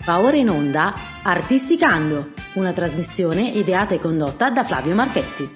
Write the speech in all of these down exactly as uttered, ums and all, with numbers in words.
Va ora in onda Artisticando, una trasmissione ideata e condotta da Flavio Marchetti.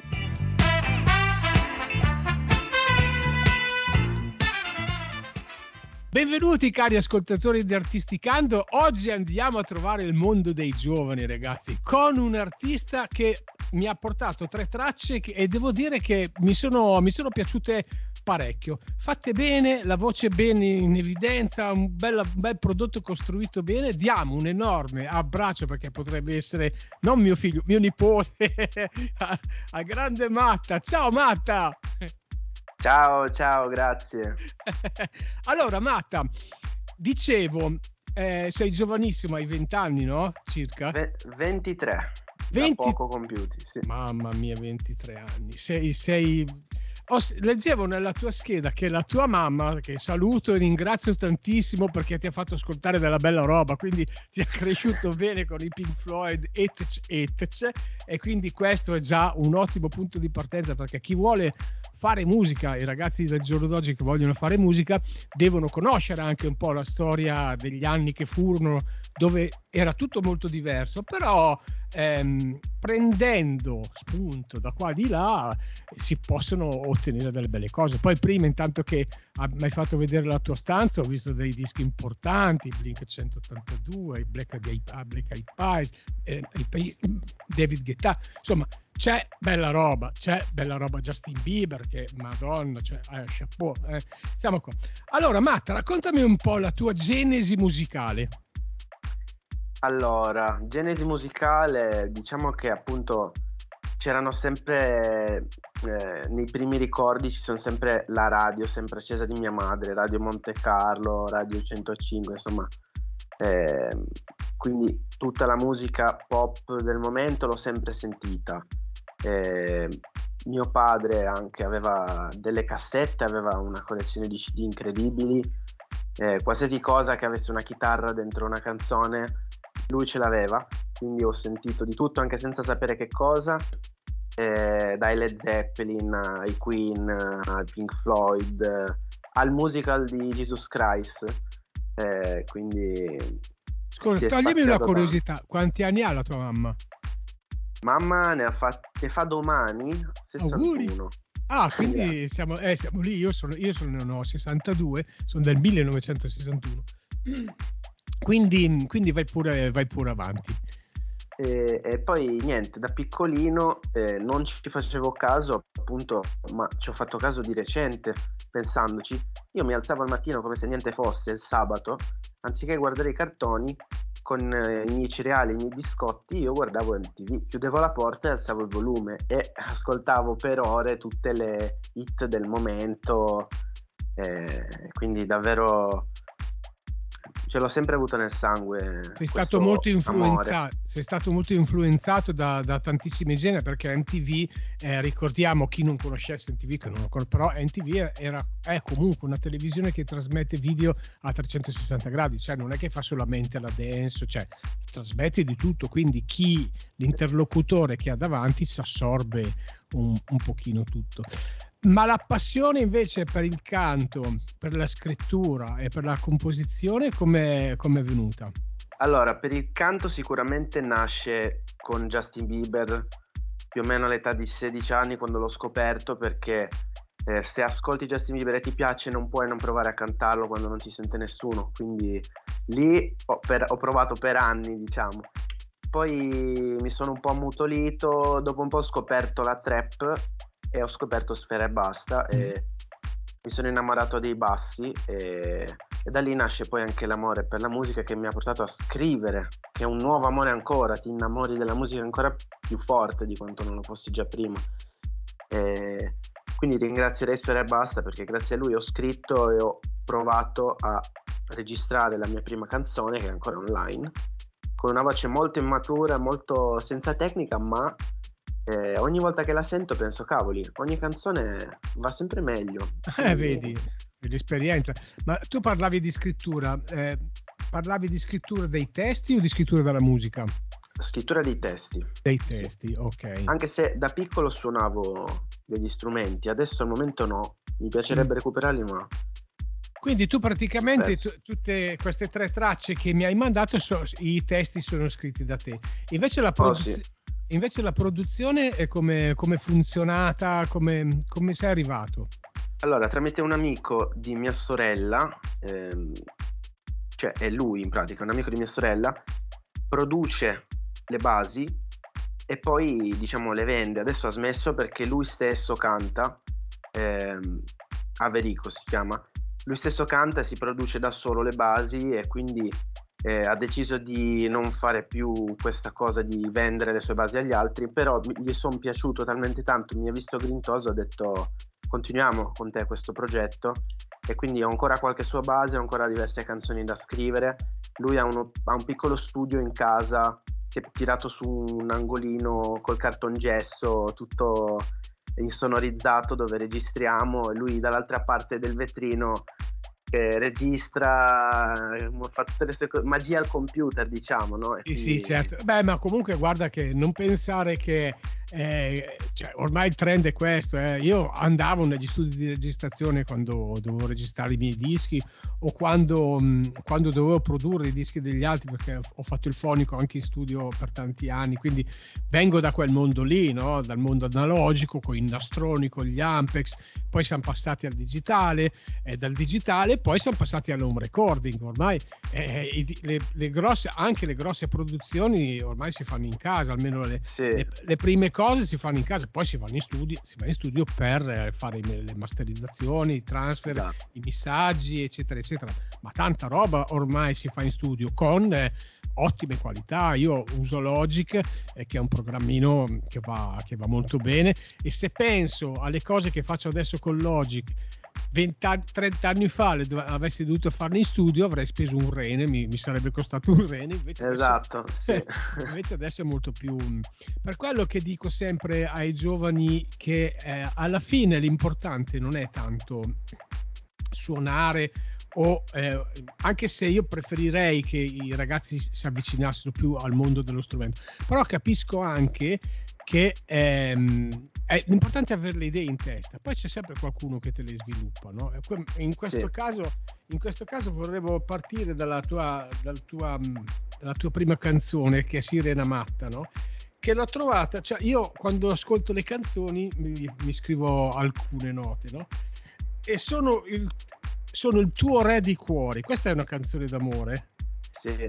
Benvenuti cari ascoltatori di Artisticando. Oggi andiamo a trovare il mondo dei giovani, ragazzi, con un artista che mi ha portato tre tracce che, e devo dire che mi sono, mi sono piaciute parecchio, fatte bene, la voce bene in evidenza, un bel, un bel prodotto costruito bene. Diamo un enorme abbraccio, perché potrebbe essere non mio figlio, mio nipote, a, a grande Matta. Ciao Matta! Ciao, ciao, grazie. Allora Matta, dicevo, eh, sei giovanissimo, hai venti anni, no? Circa? V- ventitré, venti... da poco compiuti, sì. Mamma mia, ventitré anni. Sei... sei... Oh, leggevo nella tua scheda che la tua mamma, che saluto e ringrazio tantissimo perché ti ha fatto ascoltare della bella roba, quindi ti ha cresciuto bene con i Pink Floyd etc etc, e quindi questo è già un ottimo punto di partenza, perché chi vuole fare musica, i ragazzi del giorno d'oggi che vogliono fare musica devono conoscere anche un po' la storia degli anni che furono, dove era tutto molto diverso, però ehm, prendendo spunto da qua di là si possono ottenere delle belle cose. Poi prima, intanto che mi hai fatto vedere la tua stanza, ho visto dei dischi importanti, Blink centottantadue, i Black Eyed Peas, eh, David Guetta, insomma c'è bella roba, c'è bella roba, Justin Bieber, che madonna, cioè, eh, chapeau, eh. Siamo qua. Allora Matta, raccontami un po' la tua genesi musicale. Allora, genesi musicale, diciamo che appunto c'erano sempre, eh, nei primi ricordi ci sono sempre la radio sempre accesa di mia madre, Radio Monte Carlo, Radio centocinque, insomma, eh, quindi tutta la musica pop del momento l'ho sempre sentita. Eh, mio padre anche aveva delle cassette, aveva una collezione di C D incredibili, eh, qualsiasi cosa che avesse una chitarra dentro una canzone lui ce l'aveva, quindi ho sentito di tutto anche senza sapere che cosa, eh, dai Led Zeppelin ai Queen ai Pink Floyd, eh, al musical di Jesus Christ, eh, quindi scusa, toglimi una curiosità, tanto. Quanti anni ha la tua mamma? Mamma ne ha fatti, ne fa domani sessantuno. Auguri. Ah, quindi siamo, eh, siamo lì. Io sono, io sono no, sessantadue, sono del millenovecentosessantuno. Quindi, quindi vai pure, vai pure avanti. E, e poi niente, da piccolino eh, non ci facevo caso, appunto, ma ci ho fatto caso di recente, pensandoci. Io mi alzavo al mattino come se niente fosse, il sabato, anziché guardare i cartoni con eh, i miei cereali, i miei biscotti, io guardavo M T V, chiudevo la porta e alzavo il volume e ascoltavo per ore tutte le hit del momento, eh, quindi davvero ce l'ho sempre avuto nel sangue. Sei stato molto influenzato, sei stato molto influenzato da, da tantissimi generi, perché M T V, eh, ricordiamo chi non conoscesse M T V, che non lo conosce, però M T V era, è comunque una televisione che trasmette video a trecentosessanta gradi, cioè non è che fa solamente la dance, cioè trasmette di tutto, quindi chi l'interlocutore che ha davanti si assorbe un, un pochino tutto. Ma la passione invece per il canto, per la scrittura e per la composizione come è venuta? Allora, per il canto sicuramente nasce con Justin Bieber, più o meno all'età di sedici anni quando l'ho scoperto, perché eh, se ascolti Justin Bieber e ti piace non puoi non provare a cantarlo quando non ti sente nessuno, quindi lì ho, per, ho provato per anni, diciamo. Poi mi sono un po' ammutolito, dopo un po' ho scoperto la trap e ho scoperto Sfera Ebbasta e mi sono innamorato dei bassi e, e da lì nasce poi anche l'amore per la musica, che mi ha portato a scrivere, che è un nuovo amore ancora, ti innamori della musica ancora più forte di quanto non lo fossi già prima. E quindi ringrazierei Sfera Ebbasta, perché grazie a lui ho scritto e ho provato a registrare la mia prima canzone, che è ancora online, con una voce molto immatura, molto senza tecnica, ma Eh, ogni volta che la sento penso, cavoli, ogni canzone va sempre meglio. Eh, vedi, l'esperienza. Ma tu parlavi di scrittura, eh, parlavi di scrittura dei testi o di scrittura della musica? Scrittura dei testi. Dei testi, ok. Anche se da piccolo suonavo degli strumenti, adesso al momento no, mi piacerebbe mm. recuperarli, ma Quindi tu praticamente tu, tutte queste tre tracce che mi hai mandato, so, i testi sono scritti da te. Invece la, produz- oh, sì. Invece la produzione è come è funzionata, come, come sei arrivato? Allora, tramite un amico di mia sorella, ehm, cioè è lui in pratica, un amico di mia sorella, produce le basi e poi diciamo le vende. Adesso ha smesso perché lui stesso canta, ehm, Averico si chiama, lui stesso canta e si produce da solo le basi e quindi eh, ha deciso di non fare più questa cosa di vendere le sue basi agli altri, però gli sono piaciuto talmente tanto, mi ha visto grintoso, ha detto continuiamo con te questo progetto e quindi ho ancora qualche sua base, ho ancora diverse canzoni da scrivere. Lui ha, uno, ha un piccolo studio in casa, si è tirato su un angolino col cartongesso tutto insonorizzato dove registriamo e lui dall'altra parte del vetrino che registra, fa tutte le sue co- magia al computer, diciamo, no? E sì, quindi... sì, certo. Beh, ma comunque guarda che non pensare che eh, cioè, ormai il trend è questo. Eh. Io andavo negli studi di registrazione quando dovevo registrare i miei dischi o quando, mh, quando dovevo produrre i dischi degli altri, perché ho fatto il fonico anche in studio per tanti anni, quindi vengo da quel mondo lì, no? Dal mondo analogico, con i nastroni, con gli Ampex, poi siamo passati al digitale e dal digitale poi siamo passati all'home recording. Ormai eh, le, le grosse, anche le grosse produzioni ormai si fanno in casa, almeno le, sì. le, le prime cose si fanno in casa, poi si vanno in studio, si va in studio per fare le masterizzazioni, i transfer, esatto. I messaggi, eccetera, eccetera. Ma tanta roba ormai si fa in studio con eh, ottime qualità. Io uso Logic, eh, che è un programmino che va, che va molto bene, e se penso alle cose che faccio adesso con Logic venti, trenta anni fa le dov- avessi dovuto farle in studio avrei speso un rene, mi, mi sarebbe costato un rene, invece esatto adesso, sì. Invece adesso è molto più, per quello che dico sempre ai giovani che eh, alla fine l'importante non è tanto suonare o eh, anche se io preferirei che i ragazzi si avvicinassero più al mondo dello strumento, però capisco anche che ehm, è l'importante è avere le idee in testa, poi c'è sempre qualcuno che te le sviluppa, no? In questo sì. caso in questo caso vorrevo partire dalla tua, dalla tua, dalla tua prima canzone, che è Sirena Matta, no? Che l'ho trovata, cioè io quando ascolto le canzoni mi, mi scrivo alcune note, no? E sono il, sono il tuo re di cuori. Questa è una canzone d'amore? Sì.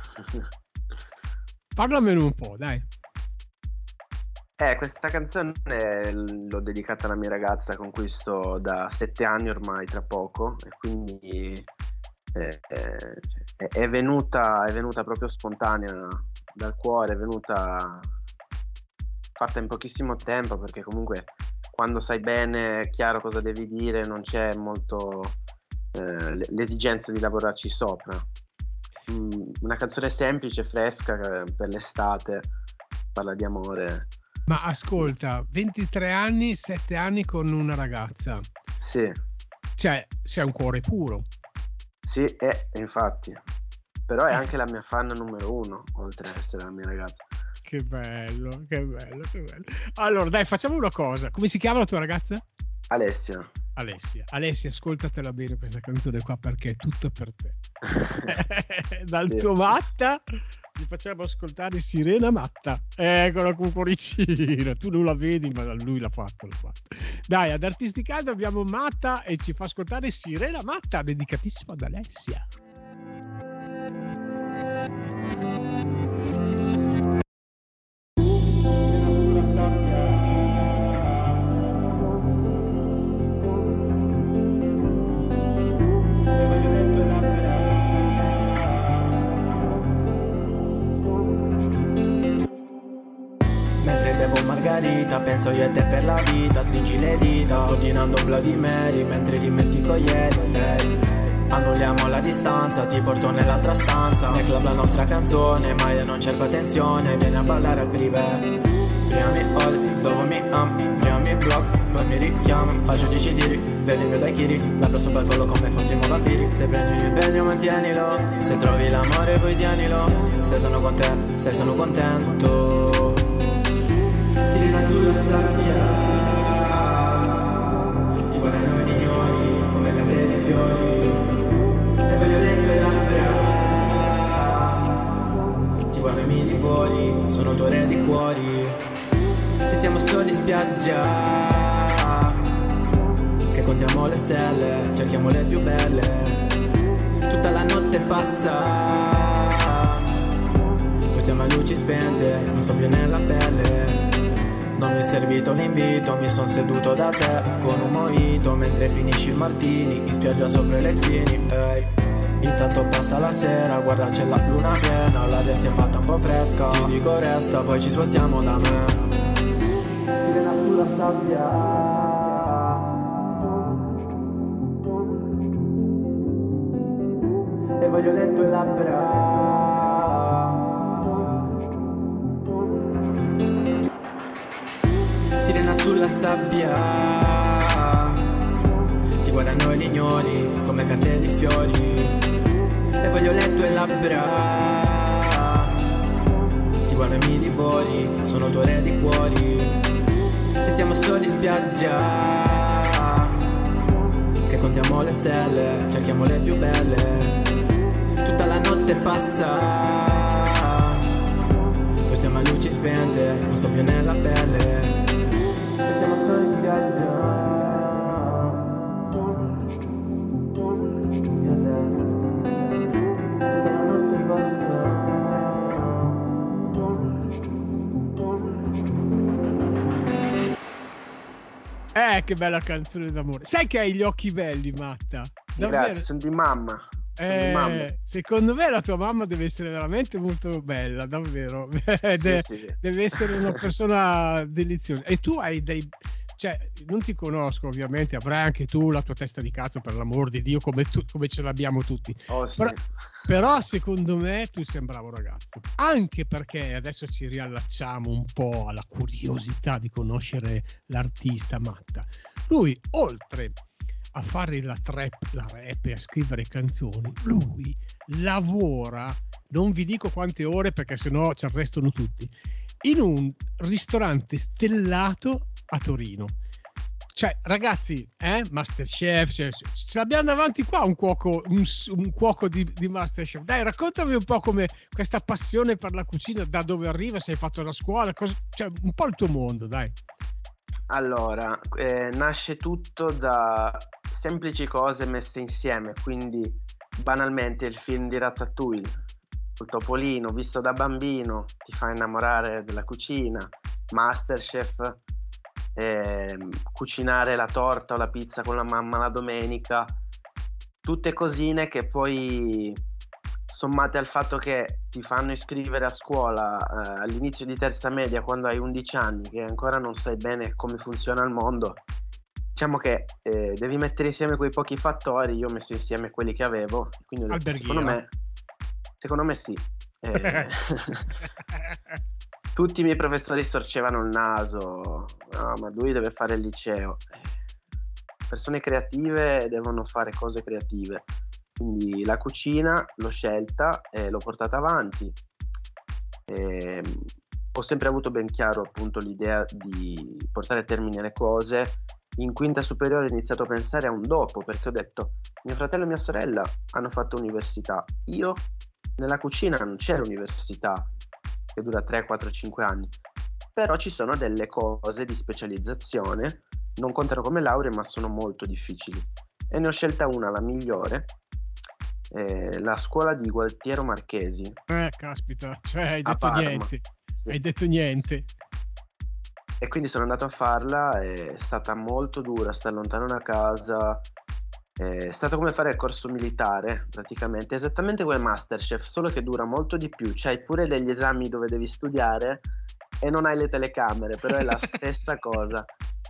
Parlamene un po', dai. Eh, questa canzone l'ho dedicata alla mia ragazza con cui sto da sette anni ormai, tra poco, e quindi eh, eh, è venuta è venuta proprio spontanea dal cuore, è venuta fatta in pochissimo tempo, perché comunque quando sai bene è chiaro cosa devi dire, non c'è molto eh, l'esigenza di lavorarci sopra. Mm, una canzone semplice, fresca, per l'estate, parla di amore. Ma ascolta, ventitré anni, sette anni con una ragazza. Sì. Cioè, sei un cuore puro. Sì, è, infatti. Però è anche la mia fan numero uno, oltre ad essere la mia ragazza. Che bello, che bello, che bello. Allora, dai, facciamo una cosa. Come si chiama la tua ragazza? Alessia. Alessia, Alessia, ascoltatela bene questa canzone qua, perché è tutta per te. Dal sì. tuo Matta ti facciamo ascoltare Sirena Matta. Eccola con cuoricino. Tu non la vedi, ma lui l'ha fatto, l'ha fatto. Dai, ad Artisticando abbiamo Matta e ci fa ascoltare Sirena Matta, dedicatissima ad Alessia. Margarita, penso io e te per la vita, stringi le dita, sto ordinando un Bloody Mary mentre dimentico ieri, ieri. Annulliamo la distanza, ti porto nell'altra stanza, nel club la nostra canzone, ma io non cerco attenzione, vieni a ballare al privé. Prima mi odi, dopo mi ami, prima mi blocchi, poi mi richiami, faccio dieci tiri, vedi il mio daiquiri, labbra sopra il collo come fossimo vampiri. Se prendi un impegno mantienilo, se trovi l'amore poi tienilo, se sono con te, se sono contento. Sirena sulla sabbia, ti guardano i mignoli come cartelli di fiori. contiamo le stelle, cerchiamo le più belle. Tutta la notte passa, portiamo le luci spente, non sto più nella pelle. Non mi è servito l'invito, mi son seduto da te con un mojito mentre finisci il martini in spiaggia sopra i lettini, ehi. Intanto passa la sera, guarda c'è la luna piena, l'aria si è fatta un po' fresca. Ti dico resta, poi ci spostiamo da me. Sirena sulla sabbia, e voglio le tue labbra. Sirena sulla sabbia, ti guardano e li ignori come carte di fiori. E voglio le tue labbra, ti guardo e mi divori, sono tuo re di cuori. E siamo soli in spiaggia, che contiamo le stelle, cerchiamo le più belle. Tutta la notte passa, poi stiamo a luci spente, non sto più nella pelle. E siamo soli in spiaggia. Eh, che bella canzone d'amore. Sai che hai gli occhi belli, Matta? Davvero? Grazie, sono di mamma. Sono eh, di mamma. Secondo me la tua mamma deve essere veramente molto bella, davvero. De- sì, sì. Deve essere una persona deliziosa. E tu hai dei... Cioè, non ti conosco ovviamente, avrai anche tu la tua testa di cazzo, per l'amor di Dio, come, tu, come ce l'abbiamo tutti. Oh, sì. però, però secondo me tu sei un bravo ragazzo, anche perché adesso ci riallacciamo un po' alla curiosità di conoscere l'artista Matta. Lui, oltre a fare la trap, la rap e a scrivere canzoni, lui lavora, non vi dico quante ore perché sennò ci arrestano tutti, in un ristorante stellato a Torino. Cioè, ragazzi, eh, Masterchef, cioè, ce l'abbiamo davanti qua un cuoco, un, un cuoco di, di Masterchef. Dai, raccontami un po' come questa passione per la cucina, da dove arriva, se hai fatto la scuola, cosa, cioè un po' il tuo mondo, dai. Allora, eh, nasce tutto da semplici cose messe insieme, quindi banalmente il film di Ratatouille, il topolino visto da bambino ti fa innamorare della cucina, Masterchef, eh, cucinare la torta o la pizza con la mamma la domenica, tutte cosine che poi sommate al fatto che ti fanno iscrivere a scuola eh, all'inizio di terza media quando hai undici anni, che ancora non sai bene come funziona il mondo. Diciamo che eh, devi mettere insieme quei pochi fattori. Io ho messo insieme quelli che avevo, quindi ho detto, secondo me secondo me sì. Eh, tutti i miei professori storcevano il naso, no, ma lui deve fare il liceo. Persone creative devono fare cose creative, quindi la cucina l'ho scelta e l'ho portata avanti. E ho sempre avuto ben chiaro appunto l'idea di portare a termine le cose. In quinta superiore ho iniziato a pensare a un dopo, perché ho detto mio fratello e mia sorella hanno fatto università, io nella cucina non c'è l'università che dura tre, quattro, cinque anni, però ci sono delle cose di specializzazione, non contano come lauree ma sono molto difficili, e ne ho scelta una, la migliore, eh, la scuola di Gualtiero Marchesi. Eh, caspita, cioè hai detto niente, sì. Hai detto niente. E quindi sono andato a farla, è stata molto dura, sta lontano da casa, è stato come fare il corso militare praticamente, esattamente come Masterchef, solo che dura molto di più, c'hai pure degli esami dove devi studiare e non hai le telecamere, però è la stessa cosa.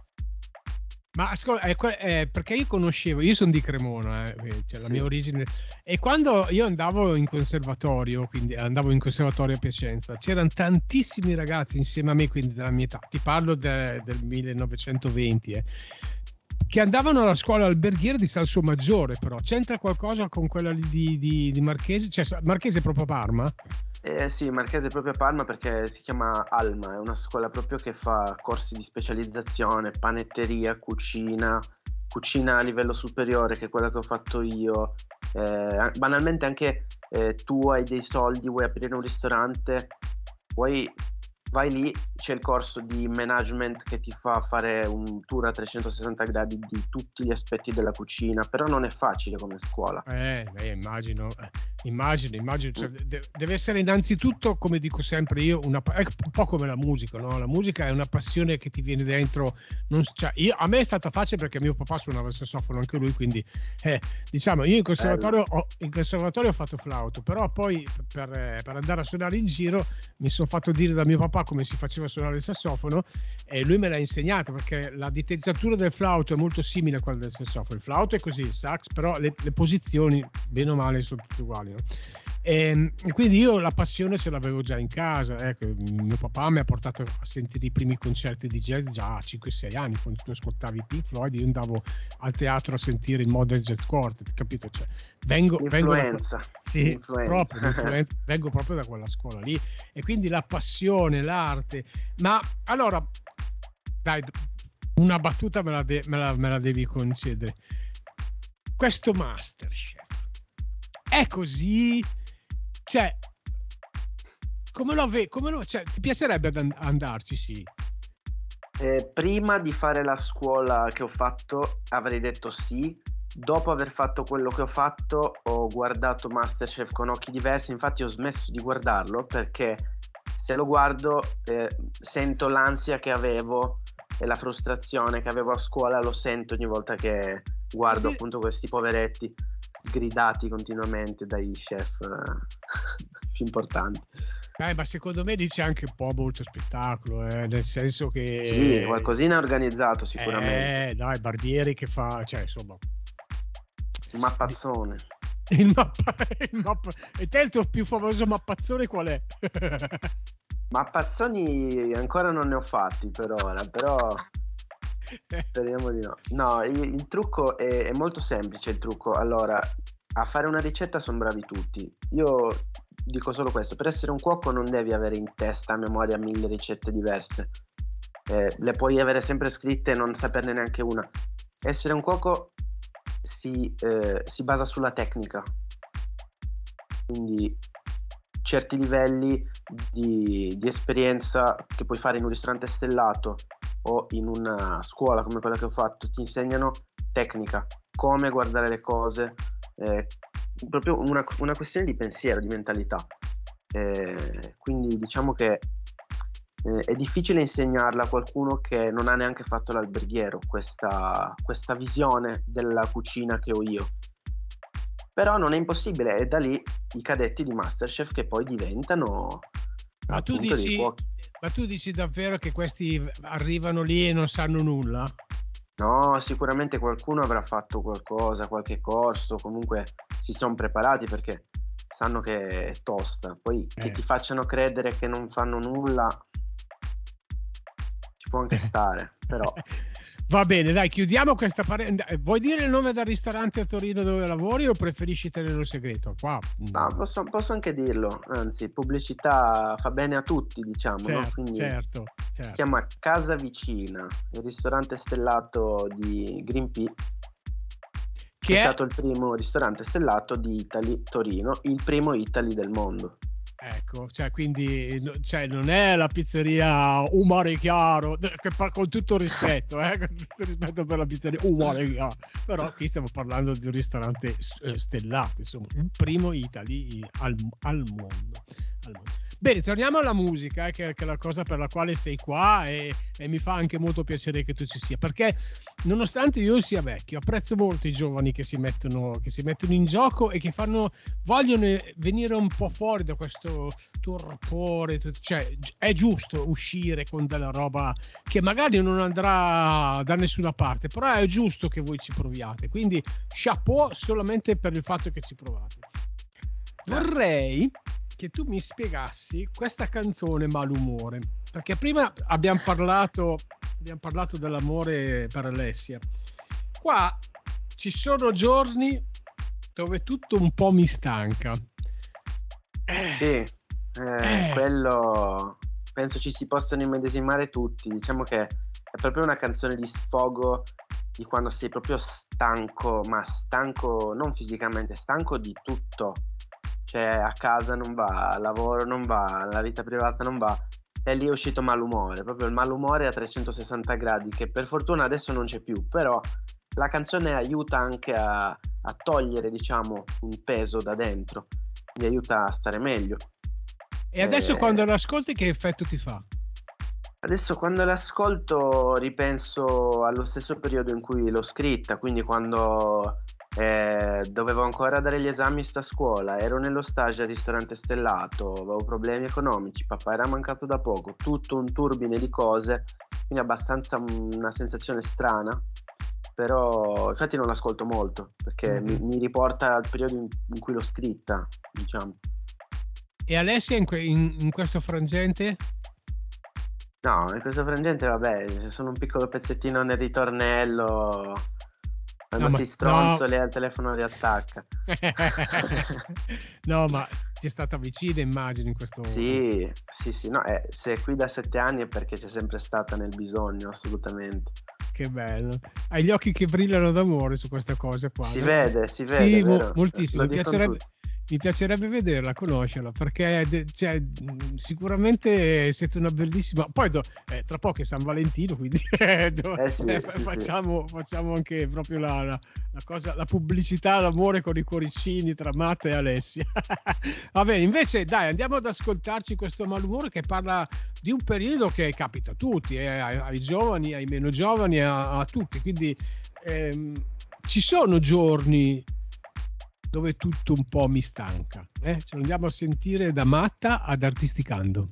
Ma ascolta, è, è perché io conoscevo, io sono di Cremona, eh, cioè la sì. mia origine, e quando io andavo in conservatorio, quindi andavo in conservatorio a Piacenza, c'erano tantissimi ragazzi insieme a me, quindi della mia età, ti parlo de, del millenovecentoventi, eh, che andavano alla scuola alberghiera di Salsomaggiore. Però c'entra qualcosa con quella lì di, di, di Marchesi? Cioè Marchesi è proprio a Parma? Eh sì, Marchese è proprio a Parma perché si chiama Alma, è una scuola proprio che fa corsi di specializzazione, panetteria, cucina, cucina a livello superiore, che è quella che ho fatto io. Eh, banalmente anche eh, tu hai dei soldi, vuoi aprire un ristorante, vuoi vai lì, c'è il corso di management che ti fa fare un tour a trecentosessanta gradi di tutti gli aspetti della cucina, però non è facile come scuola. Eh, beh, immagino, immagino, immagino. Cioè, de- deve essere innanzitutto, come dico sempre io, una, è un po' come la musica, no? La musica è una passione che ti viene dentro. Non, cioè, io, a me è stata facile perché mio papà suonava il sassofono anche lui, quindi eh, diciamo, io in conservatorio, ho, in conservatorio ho fatto flauto, però poi per, per andare a suonare in giro mi sono fatto dire da mio papà come si faceva a suonare il sassofono e lui me l'ha insegnato, perché la diteggiatura del flauto è molto simile a quella del sassofono. Il flauto è così, il sax, però le, le posizioni bene o male sono tutte uguali, no? E, e quindi io la passione ce l'avevo già in casa, ecco. Mio papà mi ha portato a sentire i primi concerti di jazz già a cinque sei anni, quando tu ascoltavi Pink Floyd, io andavo al teatro a sentire il Modern Jazz Quartet, capito? Cioè, vengo, influenza, vengo da, sì, influenza. proprio, influenza, vengo proprio da quella scuola lì, e quindi la passione, l'arte. Ma allora, dai, una battuta me la, de- me la, me la devi concedere. Questo MasterChef è così, cioè, come lo vedi? Come lo, cioè, ti piacerebbe ad andarci? Sì. Eh, prima di fare la scuola che ho fatto avrei detto sì. Dopo aver fatto quello che ho fatto ho guardato MasterChef con occhi diversi, infatti ho smesso di guardarlo perché se lo guardo eh, sento l'ansia che avevo e la frustrazione che avevo a scuola, lo sento ogni volta che guardo appunto questi poveretti sgridati continuamente dai chef eh, più importanti. Eh, ma secondo me dice anche un po' molto spettacolo, eh, nel senso che sì, qualcosina è organizzato sicuramente. Eh, dai, Barbieri che fa, cioè insomma, il mappazzone. Il mappa, il mappa, e te il tuo più famoso mappazzone qual è? Mappazzoni ancora non ne ho fatti per ora, però speriamo di no. No, il, il trucco è, è molto semplice. Il trucco, allora, a fare una ricetta sono bravi tutti. Io dico solo questo: per essere un cuoco non devi avere in testa a memoria mille ricette diverse, eh, le puoi avere sempre scritte e non saperne neanche una. Essere un cuoco si, eh, si basa sulla tecnica, quindi certi livelli di, di esperienza che puoi fare in un ristorante stellato o in una scuola come quella che ho fatto ti insegnano tecnica, come guardare le cose, eh, proprio una, una questione di pensiero, di mentalità, eh, quindi diciamo che eh, è difficile insegnarla a qualcuno che non ha neanche fatto l'alberghiero, questa, questa visione della cucina che ho io. Però non è impossibile, è da lì i cadetti di MasterChef che poi diventano ma tu appunto dici, dei cuochi. Ma tu dici davvero che questi arrivano lì e non sanno nulla? No, sicuramente qualcuno avrà fatto qualcosa, qualche corso, comunque si sono preparati perché sanno che è tosta. Poi eh. che ti facciano credere che non fanno nulla ci può anche stare, però... Va bene, dai, chiudiamo questa parentesi. Vuoi dire il nome del ristorante a Torino dove lavori o preferisci tenerlo segreto? Qua. No, posso, posso anche dirlo, anzi, pubblicità fa bene a tutti, diciamo, certo, no? Quindi certo, certo. Si chiama Casa Vicina, il ristorante stellato di Green Pea, che è, è stato il primo ristorante stellato di Italy, Torino, il primo Italy del mondo. Ecco, cioè quindi cioè, non è la pizzeria Un Mare Chiaro, che fa, con tutto il rispetto, eh, con tutto il rispetto per la pizzeria Un Mare Chiaro, però qui stiamo parlando di un ristorante stellato, insomma, il primo Italy al, al mondo. Al mondo. Bene, torniamo alla musica, eh, che, che è la cosa per la quale sei qua e, e mi fa anche molto piacere che tu ci sia, perché nonostante io sia vecchio, apprezzo molto i giovani che si mettono, che si mettono in gioco e che fanno, vogliono venire un po' fuori da questo torpore, cioè è giusto uscire con della roba che magari non andrà da nessuna parte, però è giusto che voi ci proviate, quindi chapeau solamente per il fatto che ci provate. Vorrei che tu mi spiegassi questa canzone Malumore, perché prima abbiamo parlato abbiamo parlato dell'amore per Alessia. Qua ci sono giorni dove tutto un po' mi stanca. Sì, eh, eh. quello penso ci si possano immedesimare tutti. Diciamo che è proprio una canzone di sfogo di quando sei proprio stanco, ma stanco non fisicamente, stanco di tutto. Cioè a casa non va, al lavoro non va, la vita privata non va e lì è uscito Malumore, proprio il malumore a trecentosessanta gradi, che per fortuna adesso non c'è più, però la canzone aiuta anche a, a togliere, diciamo, un peso da dentro, mi aiuta a stare meglio. E adesso eh, quando l'ascolti che effetto ti fa? Adesso quando l'ascolto ripenso allo stesso periodo in cui l'ho scritta, quindi quando eh, dovevo ancora dare gli esami sta scuola, ero nello stage al ristorante stellato, avevo problemi economici, papà era mancato da poco, tutto un turbine di cose, quindi abbastanza una sensazione strana, però infatti non l'ascolto molto perché mi, mi riporta al periodo in, in cui l'ho scritta, diciamo. E Alessia in, que- in, in questo frangente? No, in questo frangente vabbè, c'è solo un piccolo pezzettino nel ritornello, quando No, si ma- stronzoli no. al telefono riattacca. No, ma ti è stata vicina, immagino, in questo... Sì, sì, sì, no, eh, se è qui da sette anni è perché c'è sempre stata nel bisogno, assolutamente. Che bello. Hai gli occhi che brillano d'amore su questa cosa qua. Si no? vede, si vede, Sì, mo- vero? moltissimo. Lo Mi dicono piacerebbe, tutti. mi piacerebbe vederla, conoscerla, perché de- cioè, mh, sicuramente siete una bellissima... Poi do- eh, tra poco è San Valentino, quindi eh, do- Eh sì, eh, sì, facciamo, facciamo anche proprio la, la, la cosa, la pubblicità, l'amore con i cuoricini tra Matta e Alessia. Va bene, invece dai, andiamo ad ascoltarci questo Malumore che parla di un periodo che capita a tutti, eh, ai, ai giovani, ai meno giovani, a, a tutti, quindi ehm, ci sono giorni dove tutto un po' mi stanca, eh? Ce lo andiamo a sentire da Matta ad Artisticando.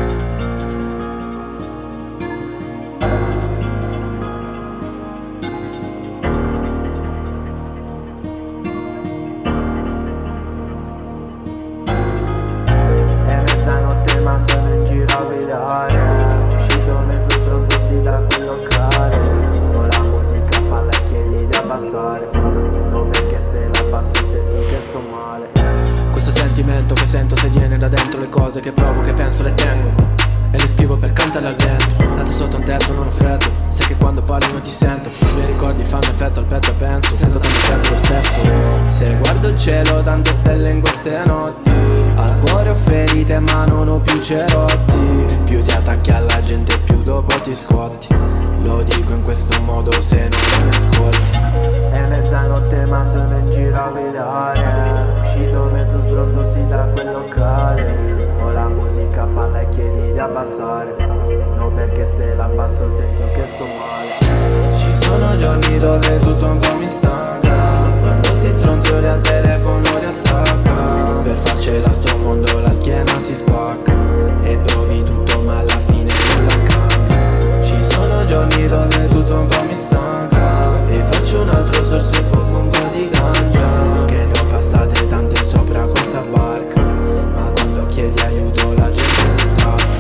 È mezzanotte ma sono in giro a guidare, uscito mezzo stronzo sì da quel locale, con la musica palla e chiedi di abbassare, non perché se la passo sento che sto male. Questo sentimento che sento se viene da dentro, le cose che provo, che penso le tengo e le scrivo per cantare al vento. Nato sotto un tetto non ho freddo, sai che quando parli non ti sento, i miei ricordi fanno effetto al petto e penso, sento tanto freddo lo stesso. Se guardo il cielo tante stelle in queste notti, al cuore ho ferite ma non ho più cerotti, più ti attacchi alla gente più dopo ti scotti, lo dico in questo modo se non mi ascolti. È mezzanotte ma sono in giro a guidare, uscito mezzo sbronzo sì da quel locale, ho la musica palla e chiedi di abbassare, no perché se la passo sento che sto male. Ci sono giorni dove tutto un po' mi stanca, quando si stronzoli al telefono riattacca, per farcela sto mondo la schiena si spacca, e provi tutto ma alla fine nulla cambia. Ci sono giorni dove tutto un po' mi stanca, e faccio un altro sorso e fuoco un po' di ganja, che ne ho passate tante sopra questa barca, ma quando chiedi aiuto la gente ti straffa.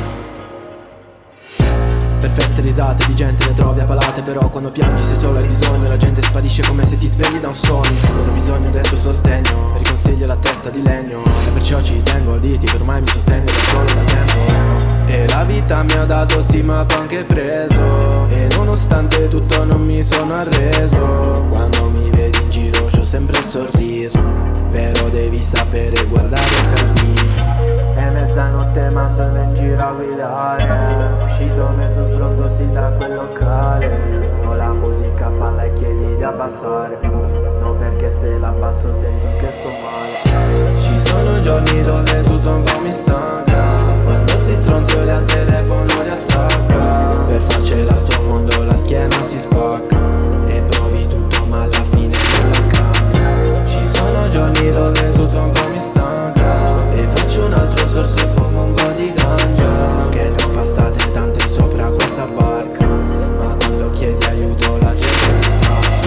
Per feste risate di gente ne trovi a palate, però quando piangi se solo hai bisogno la gente sparisce come se ti svegli da un sogno. Non ho bisogno del tuo sostegno, riconsiglio la testa di legno, e perciò ci tengo diti che ormai mi sostengo da solo da tempo. E la vita mi ha dato sì ma poi anche preso, e nonostante tutto non mi sono arreso. Quando mi vedi in giro c'ho sempre il sorriso, però devi sapere guardare tra il viso. È mezzanotte ma sono in giro a guidare, uscito mezzo sbronzo sì da quel locale, ho la musica palla e chiedi di abbassare, no perché se la passo sento che sto male. Ci sono giorni dove tutto un po' mi stanca, quando si stronzoli al telefono riattacca, per farcela sto mondo la schiena si spacca, e provi tutto ma alla fine nulla cambia. Ci sono giorni dove tutto un po' mi stanca, e faccio un altro sorso e fuoco un po' di ganja, che ne ho passate tante sopra questa barca, ma quando chiedi aiuto la gente ti straffa.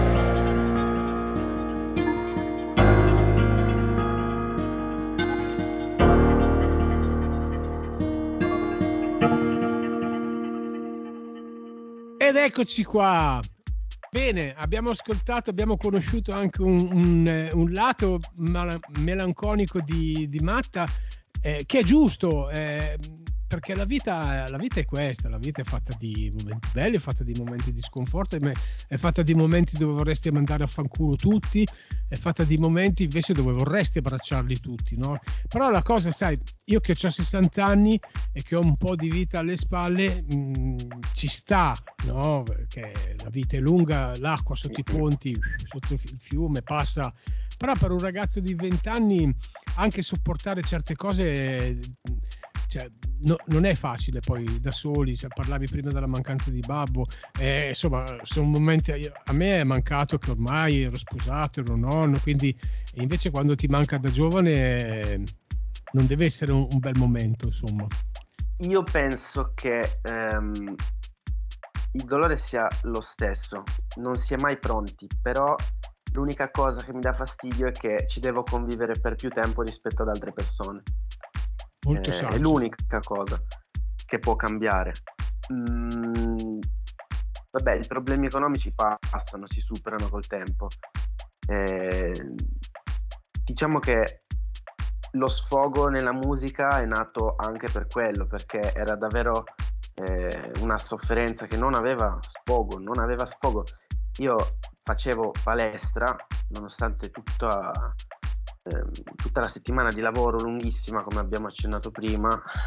Ed eccoci qua. Bene, abbiamo ascoltato, abbiamo conosciuto anche un, un, un lato mal- melanconico di, di Matta, eh, che è giusto. Eh, perché la vita, la vita è questa, la vita è fatta di momenti belli, è fatta di momenti di sconforto, è fatta di momenti dove vorresti mandare a fanculo tutti, è fatta di momenti invece dove vorresti abbracciarli tutti, no? Però la cosa, sai, io che ho sessanta anni e che ho un po' di vita alle spalle, mh, ci sta, no? Perché la vita è lunga, l'acqua sotto i ponti, sotto il fiume passa, però per un ragazzo di venti anni anche sopportare certe cose, cioè, no, non è facile poi da soli, cioè, parlavi prima della mancanza di babbo, eh, insomma sono momenti, a me è mancato che ormai ero sposato, ero nonno, quindi invece quando ti manca da giovane eh, non deve essere un, un bel momento, insomma. Io penso che ehm, il dolore sia lo stesso, non si è mai pronti, però l'unica cosa che mi dà fastidio è che ci devo convivere per più tempo rispetto ad altre persone. Molto eh, saggio. È l'unica cosa che può cambiare. Mm, vabbè, i problemi economici passano, si superano col tempo. Eh, diciamo che lo sfogo nella musica è nato anche per quello, perché era davvero eh, una sofferenza che non aveva sfogo, non aveva sfogo. Io facevo palestra nonostante tutta, eh, tutta la settimana di lavoro lunghissima, come abbiamo accennato prima,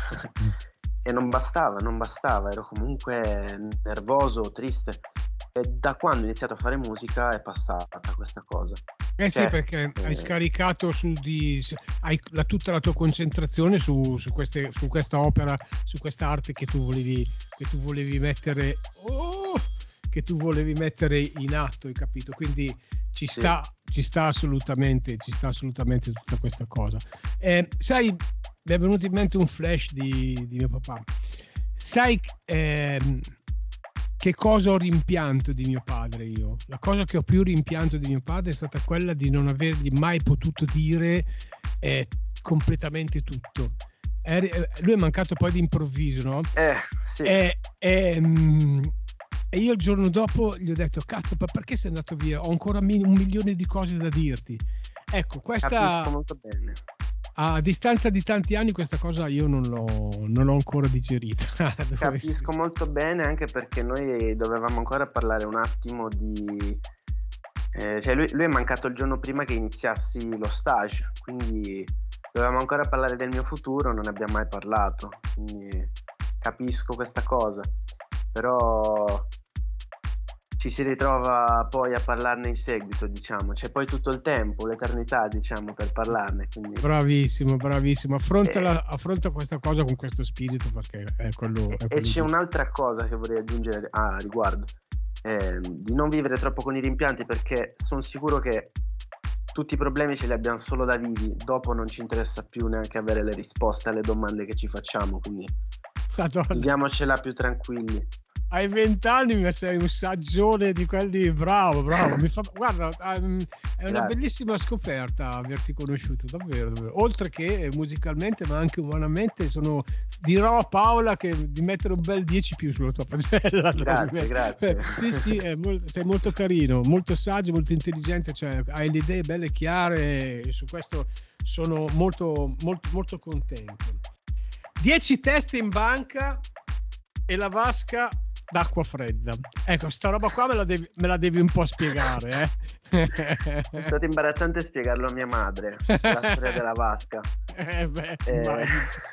e non bastava, non bastava, ero comunque nervoso, triste. E da quando ho iniziato a fare musica è passata questa cosa. Eh cioè, sì, perché eh, hai scaricato su di hai la, tutta la tua concentrazione su, su, queste, su questa opera, su questa arte che tu volevi, che tu volevi mettere, oh, che tu volevi mettere in atto, hai capito? Quindi ci sta, sì. ci sta assolutamente, ci sta assolutamente tutta questa cosa. Eh, sai, mi è venuto in mente un flash di, di mio papà. Sai, ehm, che cosa ho rimpianto di mio padre io? La cosa che ho più rimpianto di mio padre è stata quella di non avergli mai potuto dire eh, completamente tutto. È, lui è mancato poi di improvviso, no? Eh, sì. E, e, mm, e io il giorno dopo gli ho detto, cazzo, ma perché sei andato via? Ho ancora un milione di cose da dirti. Ecco, questa... Capisco molto bene. A distanza di tanti anni questa cosa io non l'ho, non l'ho ancora digerita. Capisco essere. molto bene, anche perché noi dovevamo ancora parlare un attimo di... Eh, cioè lui, lui è mancato il giorno prima che iniziassi lo stage, quindi dovevamo ancora parlare del mio futuro, non ne abbiamo mai parlato, quindi capisco questa cosa, però ci si ritrova poi a parlarne in seguito, diciamo, c'è poi tutto il tempo, l'eternità, diciamo, per parlarne. Quindi... Bravissimo, bravissimo, affronta, la, affronta questa cosa con questo spirito, perché è quello, è quello e c'è giusto. un'altra cosa che vorrei aggiungere a riguardo, eh, di non vivere troppo con i rimpianti, perché sono sicuro che tutti i problemi ce li abbiamo solo da vivi, dopo non ci interessa più neanche avere le risposte alle domande che ci facciamo, quindi Madonna. Viviamocela più tranquilli. Hai vent'anni, ma sei un saggione di quelli, bravo, bravo. Mi fa, guarda, um, è una Grazie. Bellissima scoperta averti conosciuto, davvero, davvero. Oltre che musicalmente, ma anche umanamente, sono, dirò a Paola che di mettere un bel dieci più sulla tua pagella. Grazie, grazie. Sì, sì, è molto, sei molto carino, molto saggio, molto intelligente, cioè hai le idee belle chiare, e su questo sono molto, molto, molto contento. dieci teste in banca e la vasca d'acqua fredda. Ecco, sta roba qua me la devi, me la devi un po' spiegare, eh? È stato imbarazzante spiegarlo a mia madre, la storia della vasca. Eh beh, eh...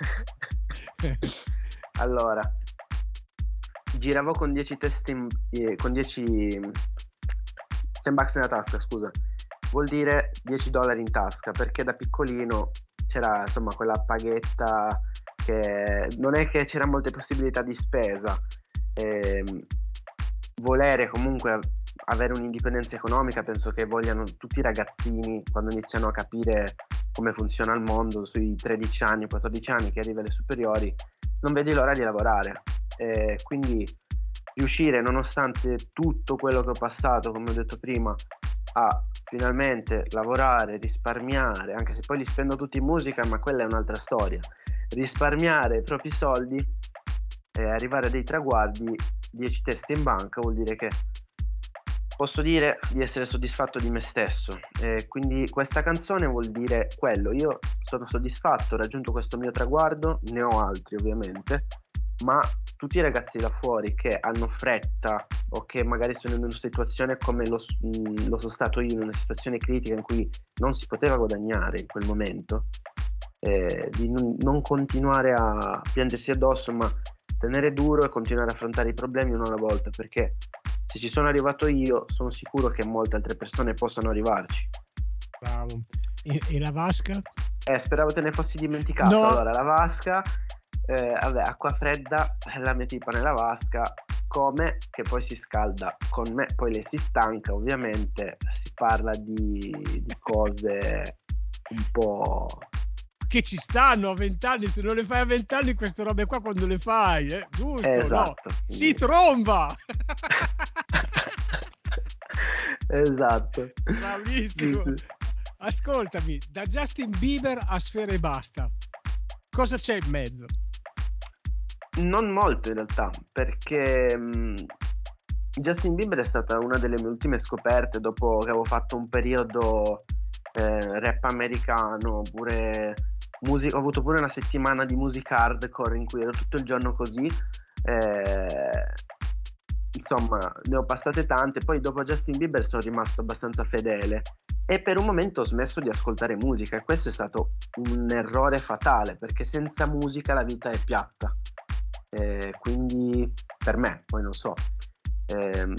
Allora, giravo con dieci teste in, eh, con dieci ten bucks nella tasca, scusa. Vuol dire dieci dollari in tasca, perché da piccolino c'era insomma quella paghetta che non è che c'era molte possibilità di spesa. Eh, volere comunque avere un'indipendenza economica, penso che vogliano tutti i ragazzini quando iniziano a capire come funziona il mondo, sui tredici anni, quattordici anni, che arriva alle superiori, non vedi l'ora di lavorare. Eh, quindi riuscire, nonostante tutto quello che ho passato, come ho detto prima, a finalmente lavorare, risparmiare, anche se poi li spendo tutti in musica, ma quella è un'altra storia, risparmiare i propri soldi e arrivare a dei traguardi, dieci teste in banca, vuol dire che posso dire di essere soddisfatto di me stesso, e quindi questa canzone vuol dire quello. Io sono soddisfatto, ho raggiunto questo mio traguardo, ne ho altri ovviamente, ma tutti i ragazzi là fuori che hanno fretta o che magari sono in una situazione come lo, mh, lo sono stato io, in una situazione critica in cui non si poteva guadagnare in quel momento, eh, di non, non continuare a piangersi addosso, ma tenere duro e continuare a affrontare i problemi uno alla volta, perché se ci sono arrivato io sono sicuro che molte altre persone possano arrivarci. Bravo. E, e la vasca? Eh, speravo te ne fossi dimenticato. No. Allora, la vasca, eh, vabbè, acqua fredda, la metti nella vasca, come? Che poi si scalda con me, poi lei si stanca, ovviamente, si parla di, di cose un po'... che ci stanno a vent'anni, se non le fai a vent'anni queste robe qua quando le fai, eh? Giusto, esatto. No? Si tromba! Esatto. Bravissimo. Sì, sì. Ascoltami, da Justin Bieber a Sfera e Basta, cosa c'è in mezzo? Non molto in realtà, perché mh, Justin Bieber è stata una delle mie ultime scoperte dopo che avevo fatto un periodo eh, rap americano, oppure musica, ho avuto pure una settimana di musica hardcore in cui ero tutto il giorno così, eh, insomma ne ho passate tante. Poi dopo Justin Bieber sono rimasto abbastanza fedele e per un momento ho smesso di ascoltare musica, e questo è stato un errore fatale, perché senza musica la vita è piatta, eh, quindi per me, poi non so, ehm,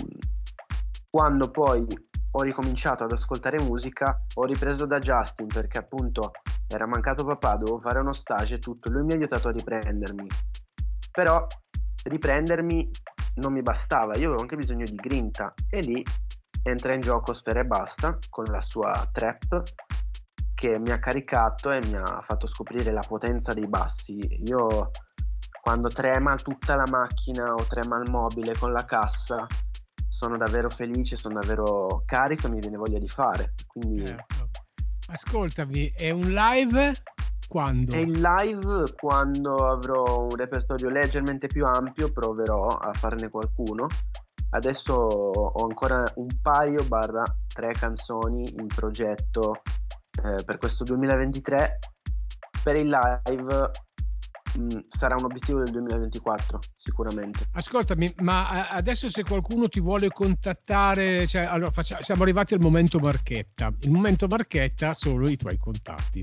quando poi ho ricominciato ad ascoltare musica ho ripreso da Justin, perché appunto era mancato papà, dovevo fare uno stage e tutto, lui mi ha aiutato a riprendermi, però riprendermi non mi bastava, io avevo anche bisogno di grinta, e lì entra in gioco Sfera e Basta con la sua trap, che mi ha caricato e mi ha fatto scoprire la potenza dei bassi. Io quando trema tutta la macchina o trema il mobile con la cassa sono davvero felice, sono davvero carico e mi viene voglia di fare. Quindi Certo. Ascoltami, è un live quando? è il live quando avrò un repertorio leggermente più ampio, proverò a farne qualcuno. Adesso ho ancora un paio barra tre canzoni in progetto eh, per questo duemilaventitré. Per il live mh, sarà un obiettivo del duemilaventiquattro sicuramente. Ascoltami, ma adesso se qualcuno ti vuole contattare, cioè, allora faccia, siamo arrivati al momento Marchetta. Il momento Marchetta solo i tuoi contatti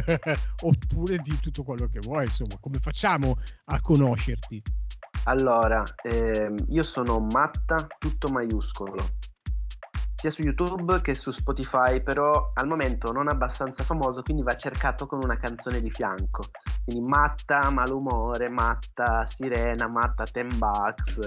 oppure di tutto quello che vuoi, insomma, come facciamo a conoscerti? Allora, ehm, io sono Matta, tutto maiuscolo, sia su YouTube che su Spotify, però al momento non abbastanza famoso, quindi va cercato con una canzone di fianco. Quindi Matta, Malumore, Matta, Sirena, Matta, Ten Bucks.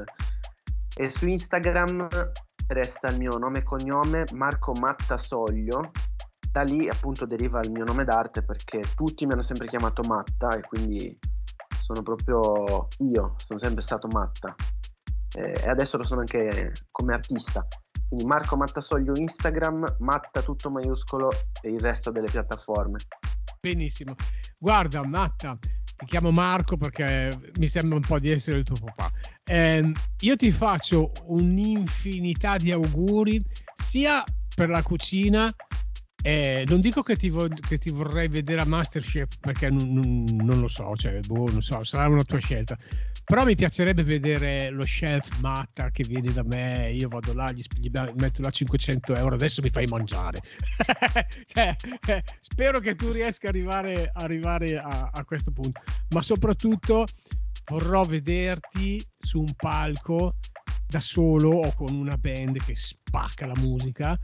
E su Instagram resta il mio nome e cognome, Marco Matta Soglio. Da lì appunto deriva il mio nome d'arte, perché tutti mi hanno sempre chiamato Matta e quindi sono proprio io, sono sempre stato Matta, eh, e adesso lo sono anche come artista. Quindi Marco Mattasoglio Instagram, Matta tutto maiuscolo e il resto delle piattaforme. Benissimo. Guarda Matta, ti chiamo Marco perché mi sembra un po' di essere il tuo papà. Eh, io ti faccio un'infinità di auguri sia per la cucina. Eh, non dico che ti, vo- che ti vorrei vedere a MasterChef, perché non, non, non lo so, cioè, boh, non so, sarà una tua scelta, però mi piacerebbe vedere lo chef Matta che viene da me, io vado là, gli, gli metto là cinquecento euro, adesso mi fai mangiare. Cioè, eh, spero che tu riesca a arrivare, arrivare a, a questo punto, ma soprattutto vorrò vederti su un palco da solo o con una band che spacca la musica.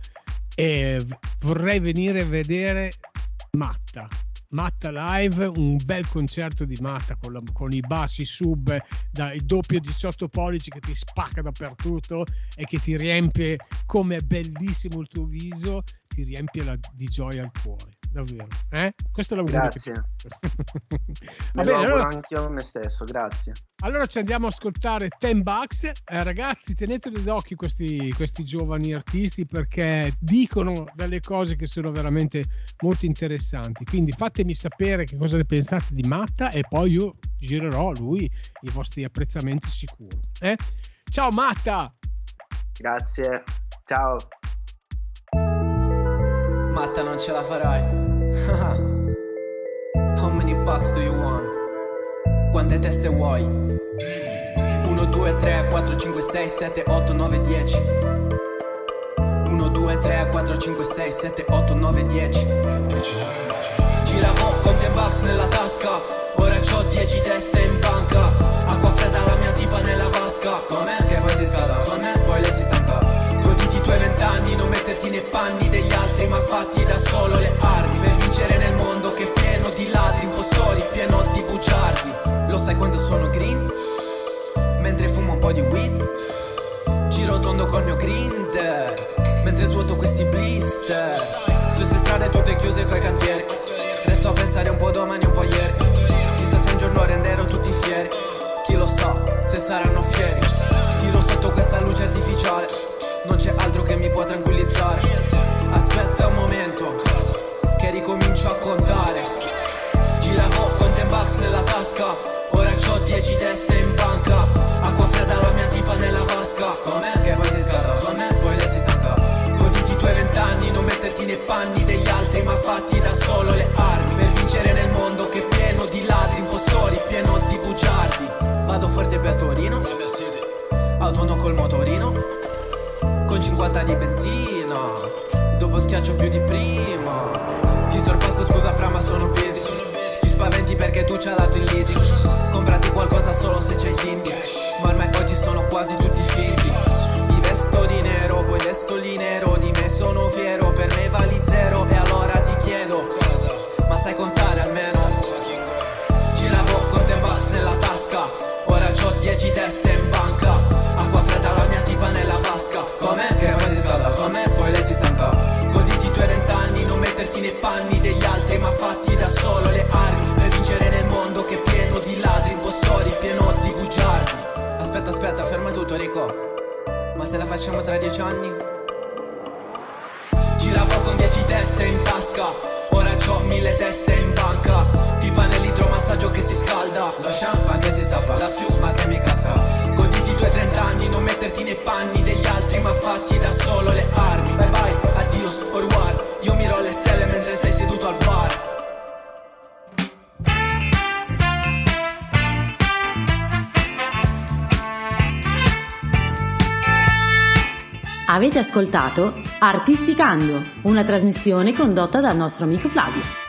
E vorrei venire a vedere Matta Matta live, un bel concerto di Matta con, la, con i bassi sub da il doppio diciotto pollici che ti spacca dappertutto e che ti riempie, come è bellissimo il tuo viso, ti riempie la, di gioia il cuore, davvero, eh? Questo è l'augurio. Grazie. Che Va bene, allora anche a me stesso, grazie. Allora ci andiamo a ascoltare Ten Bucks. Eh, ragazzi, teneteli d'occhio questi, questi giovani artisti, perché dicono delle cose che sono veramente molto interessanti, quindi fatemi sapere che cosa ne pensate di Matta e poi io girerò a lui i vostri apprezzamenti sicuro, eh? Ciao Matta. Grazie, ciao. Matta, non ce la farai. bucks do you want? Quante teste vuoi? uno, due, tre, quattro, cinque, sei, sette, otto, nove, dieci. uno, due, tre, quattro, cinque, sei, sette, otto, nove, dieci. Giravo con ten bucks nella tasca, ora c'ho dieci teste in banca. Acqua fredda la mia tipa nella vasca. Com'è che poi si scalda? Com'è poi lei si stanca? Goditi i tuoi vent'anni, non metterti nei panni degli altri, ma fatti da solo le armi per vincere nel mondo che è pieno di ladri, impostori, pieno di bugiardi. Lo sai quando sono green? Mentre fumo un po' di weed. Giro tondo col mio grinder mentre svuoto questi blister. Su queste strade tutte chiuse coi cantieri. Resto a pensare un po' domani, un po' ieri. Chissà se un giorno renderò tutti fieri. Chi lo sa se saranno fieri. Tiro sotto questa luce artificiale, non c'è altro che mi può tranquillizzare. Aspetta un momento che ricomincio a contare. Giravo con ten bucks nella tasca, ora c'ho dieci teste in banca. Acqua fredda la mia tipa nella vasca. Com'è che poi si scalda? Com'è poi lei si stanca? Goditi i tuoi vent'anni, non metterti nei panni degli altri, ma fatti da solo le armi per vincere nel mondo che è pieno di ladri, impostori, pieno di bugiardi. Vado forte per Torino, autono col motorino, con cinquanta di benzina, dopo schiaccio più di prima. Ti sorpasso, scusa fra ma sono busy. Ti spaventi perché tu c'hai dato il leasing. Comprati qualcosa solo se c'hai Tinder, ma ormai oggi sono quasi tutti finti. Mi vesto di nero, poi vesto di nero. Di me sono fiero, per me vali zero. E allora ti chiedo, ma sai contare almeno? Giravo con ten bucks nella tasca, ora c'ho dieci teste in banca. Acqua fredda la mia tipa nella vasca. Com'è che poi si scalda? Com'è poi lei si stanca? Goditi i tuoi vent'anni, non metterti nei panni degli altri, ma fatti da solo le armi per vincere nel mondo che è pieno di ladri, impostori, pieno di bugiardi. Aspetta, aspetta, ferma tutto Rico, ma se la facciamo tra dieci anni? Giravo con dieci teste in tasca, ora c'ho mille teste in banca. Tipa nell'idromassaggio che si scalda, lo champagne che si stappa, la schiuma che mi casca. Goditi i tuoi trent'anni, non metterti nei panni degli altri, ma fatti da solo le armi. Bye bye, addios, au revoir. Io miro le stelle mentre sei seduto al bar. Avete ascoltato Artisticando, una trasmissione condotta dal nostro amico Flavio.